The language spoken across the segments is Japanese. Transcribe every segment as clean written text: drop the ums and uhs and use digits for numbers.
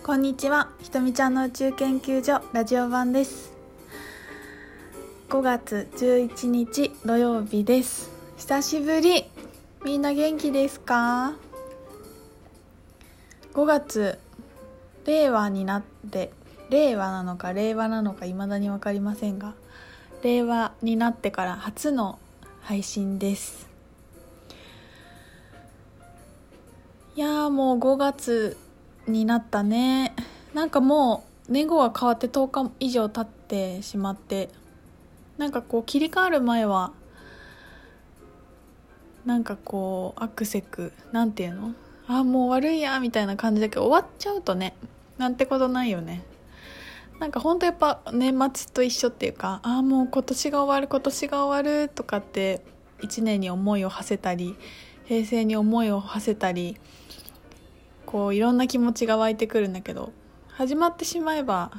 こんにちは、ひとみちゃんの宇宙研究所ラジオ版です。5月11日土曜日です。久しぶり。みんな元気ですか？5月、令和になって、令和なのか令和なのか未だに分かりませんが、令和になってから初の配信です。いやー、もう5月になったね。なんかもう年号が変わって10日以上経ってしまって、なんかこう切り替わる前はなんかこうアクセクなんていうの、もう悪いやみたいな感じだけど、終わっちゃうとね、なんてことないよね。なんかほんとやっぱ年末と一緒っていうか、もう今年が終わるとかって1年に思いを馳せたり、平成に思いを馳せたり、こういろんな気持ちが湧いてくるんだけど、始まってしまえば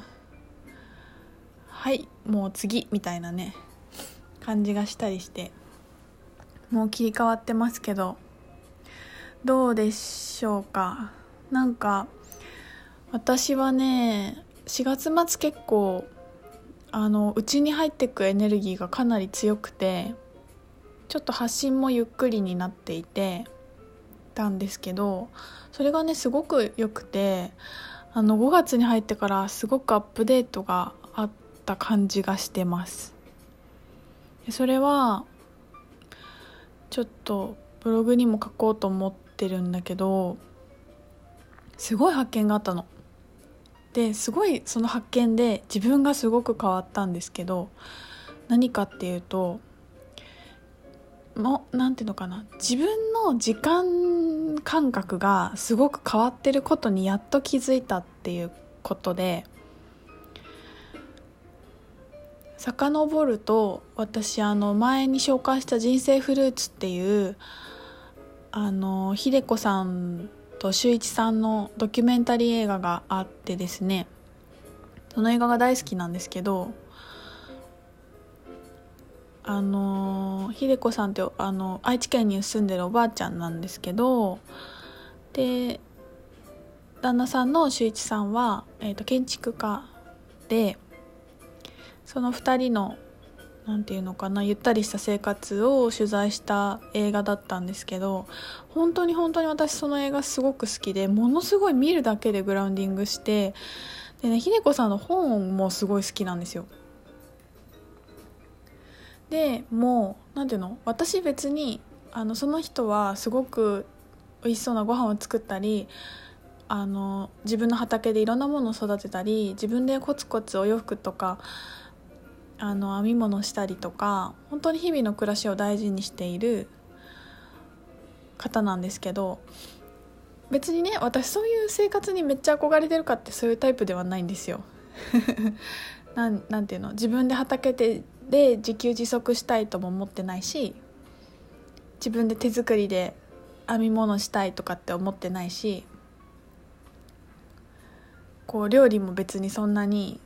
はいもう次みたいなね感じがしたりして、もう切り替わってますけど、どうでしょうか。なんか私はね、4月末結構内に入ってくエネルギーがかなり強くて、ちょっと発信もゆっくりになっていてたんですけど、それがねすごく良くて、5月に入ってからすごくアップデートがあった感じがしてます。それはちょっとブログにも書こうと思ってるんだけど、すごい発見があったので、すごいその発見で自分がすごく変わったんですけど、何かっていうと、なんていうのかな、自分の時間感覚がすごく変わってることにやっと気づいたっていうことで、遡ると、私前に紹介した人生フルーツっていう秀子さんと修一さんのドキュメンタリー映画があってですね、その映画が大好きなんですけど、秀子さんって愛知県に住んでるおばあちゃんなんですけど、で旦那さんの修一さんは、建築家で、その2人のなんていうのかな、ゆったりした生活を取材した映画だったんですけど、本当に私その映画すごく好きで、ものすごい見るだけでグラウンディングして、でね、秀子さんの本もすごい好きなんですよ。でもうなんていうの、私別にその人はすごく美味しそうなご飯を作ったり、自分の畑でいろんなものを育てたり、自分でコツコツお洋服とか編み物したりとか、本当に日々の暮らしを大事にしている方なんですけど、別にね、私そういう生活にめっちゃ憧れてるかってそういうタイプではないんですよ。なんていうの、自分で畑で自給自足したいとも思ってないし、自分で手作りで編み物したいとかって思ってないし、こう料理も別にそんなに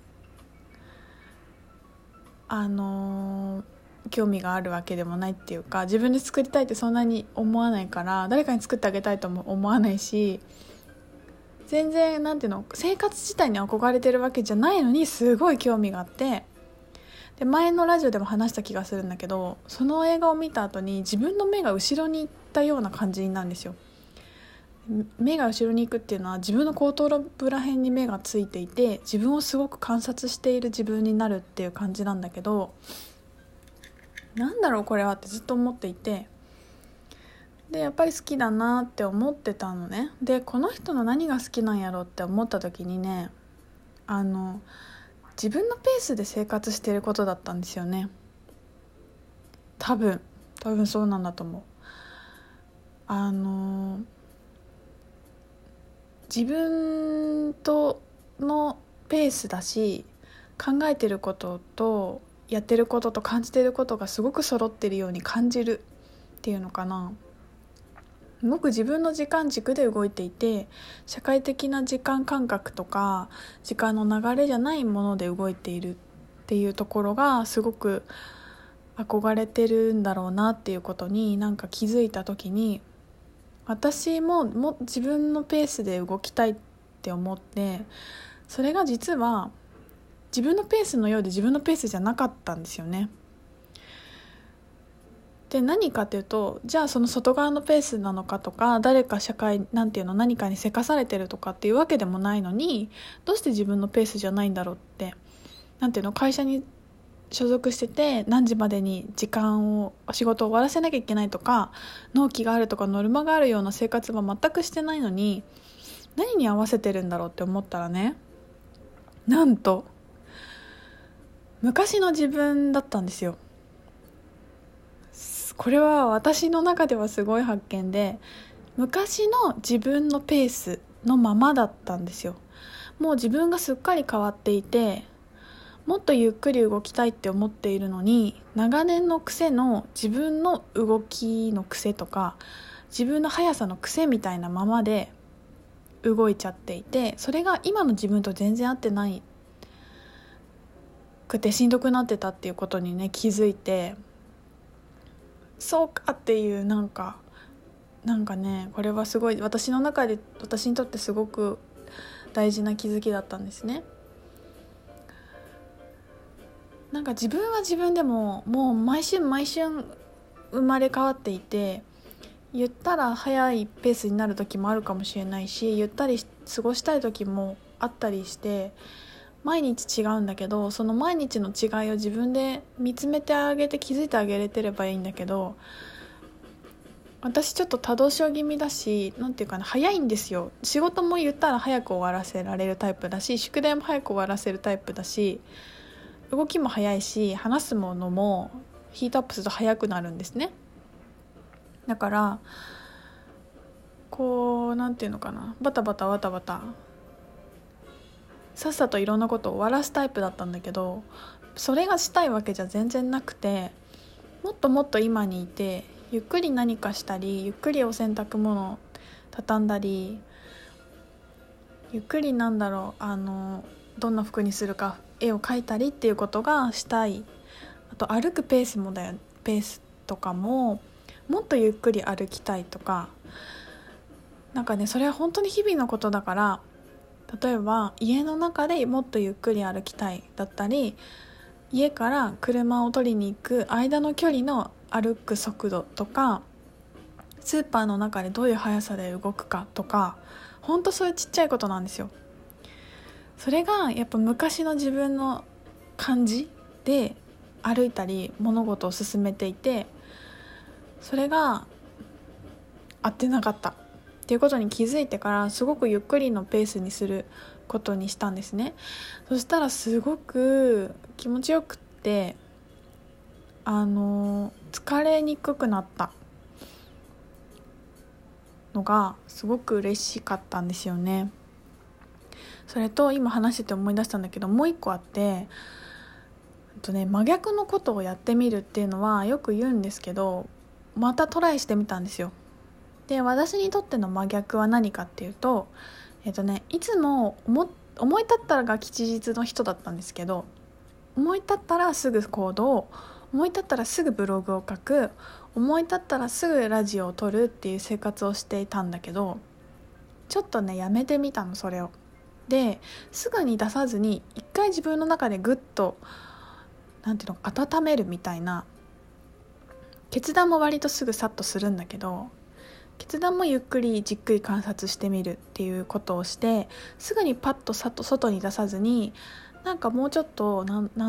興味があるわけでもないっていうか、自分で作りたいってそんなに思わないから、誰かに作ってあげたいとも思わないし、全然なんていうの、生活自体に憧れてるわけじゃないのにすごい興味があって、で前のラジオでも話した気がするんだけど、その映画を見た後に自分の目が後ろに行ったような感じなんですよ。目が後ろに行くっていうのは、自分の後頭部ら辺に目がついていて、自分をすごく観察している自分になるっていう感じなんだけど、なんだろうこれはってずっと思っていて、でやっぱり好きだなって思ってたのね。でこの人の何が好きなんやろうって思った時にね、自分のペースで生活していることだったんですよね。多分そうなんだと思う。自分とのペースだし、考えてることとやってることと感じてることがすごく揃ってるように感じるっていうのかな。すごく自分の時間軸で動いていて、社会的な時間感覚とか時間の流れじゃないもので動いているっていうところがすごく憧れてるんだろうなっていうことになんか気づいた時に、私も自分のペースで動きたいっって思って、それが実は自分のペースのようで自分のペースじゃなかったんですよね。で何かというと、じゃあその外側のペースなのかとか、誰か何かにせかされてるとかっていうわけでもないのに、どうして自分のペースじゃないんだろうって、会社に所属してて何時までに仕事を終わらせなきゃいけないとか、納期があるとかノルマがあるような生活は全くしてないのに、何に合わせてるんだろうって思ったらね、なんと昔の自分だったんですよ。これは私の中ではすごい発見で、昔の自分のペースのままだったんですよ。もう自分がすっかり変わっていて、もっとゆっくり動きたいって思っているのに、長年の癖の自分の動きの癖とか自分の速さの癖みたいなままで動いちゃっていて、それが今の自分と全然合ってないくてしんどくなってたっていうことにね、気づいて、そうかっていう、なんかね、これはすごい私にとってすごく大事な気づきだったんですね。自分は自分でももう毎春生まれ変わっていて、言ったら早いペースになる時もあるかもしれないし、ゆったり過ごしたい時もあったりして、毎日違うんだけど、その毎日の違いを自分で見つめてあげて気づいてあげれてればいいんだけど、私ちょっと多動症気味だし、早いんですよ。仕事も言ったら早く終わらせられるタイプだし、宿題も早く終わらせるタイプだし、動きも早いし、話すものもヒートアップすると早くなるんですね。だからバタバタさっさといろんなことを終わらすタイプだったんだけど、それがしたいわけじゃ全然なくて、もっともっと今にいて、ゆっくり何かしたり、ゆっくりお洗濯物を畳んだり、ゆっくりどんな服にするか絵を描いたりっていうことがしたい。あと歩くペースとかももっとゆっくり歩きたいとか、それは本当に日々のことだから、例えば家の中でもっとゆっくり歩きたいだったり、家から車を取りに行く間の距離の歩く速度とか、スーパーの中でどういう速さで動くかとか、本当そういうちっちゃいことなんですよ。それがやっぱ昔の自分の感じで歩いたり物事を進めていて、それが合ってなかったっていうことに気づいてから、すごくゆっくりのペースにすることにしたんですね。そしたらすごく気持ちよくって、疲れにくくなったのがすごく嬉しかったんですよね。それと今話してて思い出したんだけど、もう一個あって、真逆のことをやってみるっていうのはよく言うんですけど、またトライしてみたんですよ。で、私にとっての真逆は何かっていうと、いつも思い立ったらが吉日の人だったんですけど、思い立ったらすぐ行動、思い立ったらすぐブログを書く、思い立ったらすぐラジオを撮るっていう生活をしていたんだけど、ちょっとねやめてみたの、それを。ですぐに出さずに一回自分の中でグッと温めるみたいな。決断も割とすぐさっとするんだけど、決断もゆっくりじっくり観察してみるっていうことをして、すぐにパッとさっと外に出さずに、もうちょっと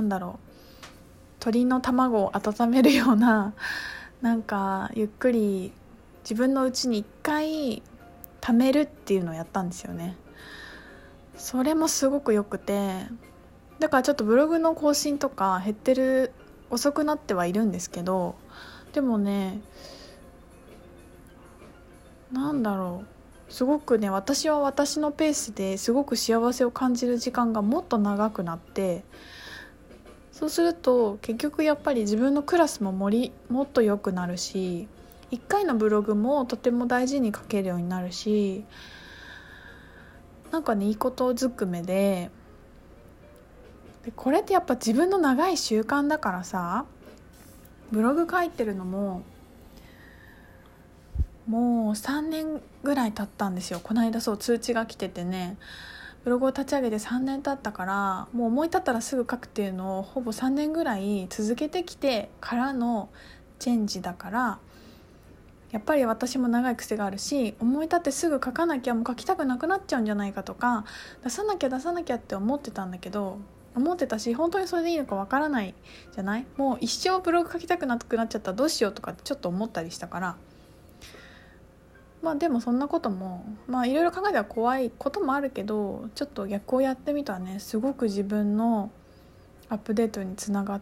鶏の卵を温めるような、ゆっくり自分の内に一回溜めるっていうのをやったんですよね。それもすごくよくて、だからちょっとブログの更新とか遅くなってはいるんですけど、でもね、すごくね、私は私のペースですごく幸せを感じる時間がもっと長くなって、そうすると結局やっぱり自分のクラスももっと良くなるし、一回のブログもとても大事に書けるようになるし、いいことずくめで、これってやっぱ自分の長い習慣だからさ、ブログ書いてるのももう3年ぐらい経ったんですよ。この間そう通知が来ててね、ブログを立ち上げて3年経ったから、もう思い立ったらすぐ書くっていうのをほぼ3年ぐらい続けてきてからのチェンジだから、やっぱり私も長い癖があるし、思い立ってすぐ書かなきゃもう書きたくなくなっちゃうんじゃないかとか、出さなきゃって思ってたんだけど、思ってたし本当にそれでいいのかわからないじゃない。もう一生ブログ書きたくなくなっちゃったらどうしようとかちょっと思ったりしたから、でもそんなこともいろいろ考えたら怖いこともあるけど、ちょっと逆をやってみたらね、すごく自分のアップデートにつながって、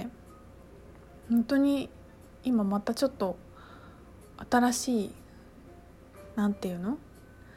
本当に今またちょっと新しいなんていうの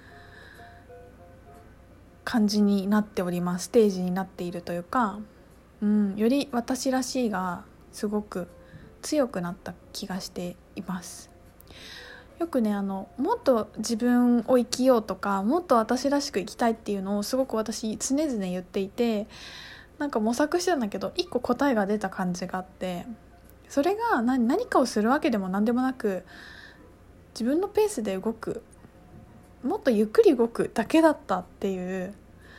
感じになっております。ステージになっているというか、より私らしいがすごく強くなった気がしています。よくね、もっと自分を生きようとか、もっと私らしく生きたいっていうのをすごく私常々言っていて、なんか模索してたんだけど一個答えが出た感じがあって、それが何かをするわけでも何でもなく、自分のペースで動く、もっとゆっくり動くだけだったっていう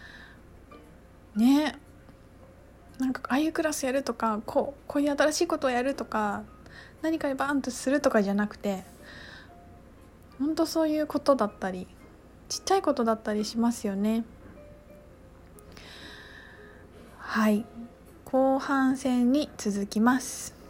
ね。なんかああいうクラスやるとか、こういう新しいことをやるとか、何かにバーンとするとかじゃなくて、本当そういうことだったり、ちっちゃいことだったりしますよね。はい、後半戦に続きます。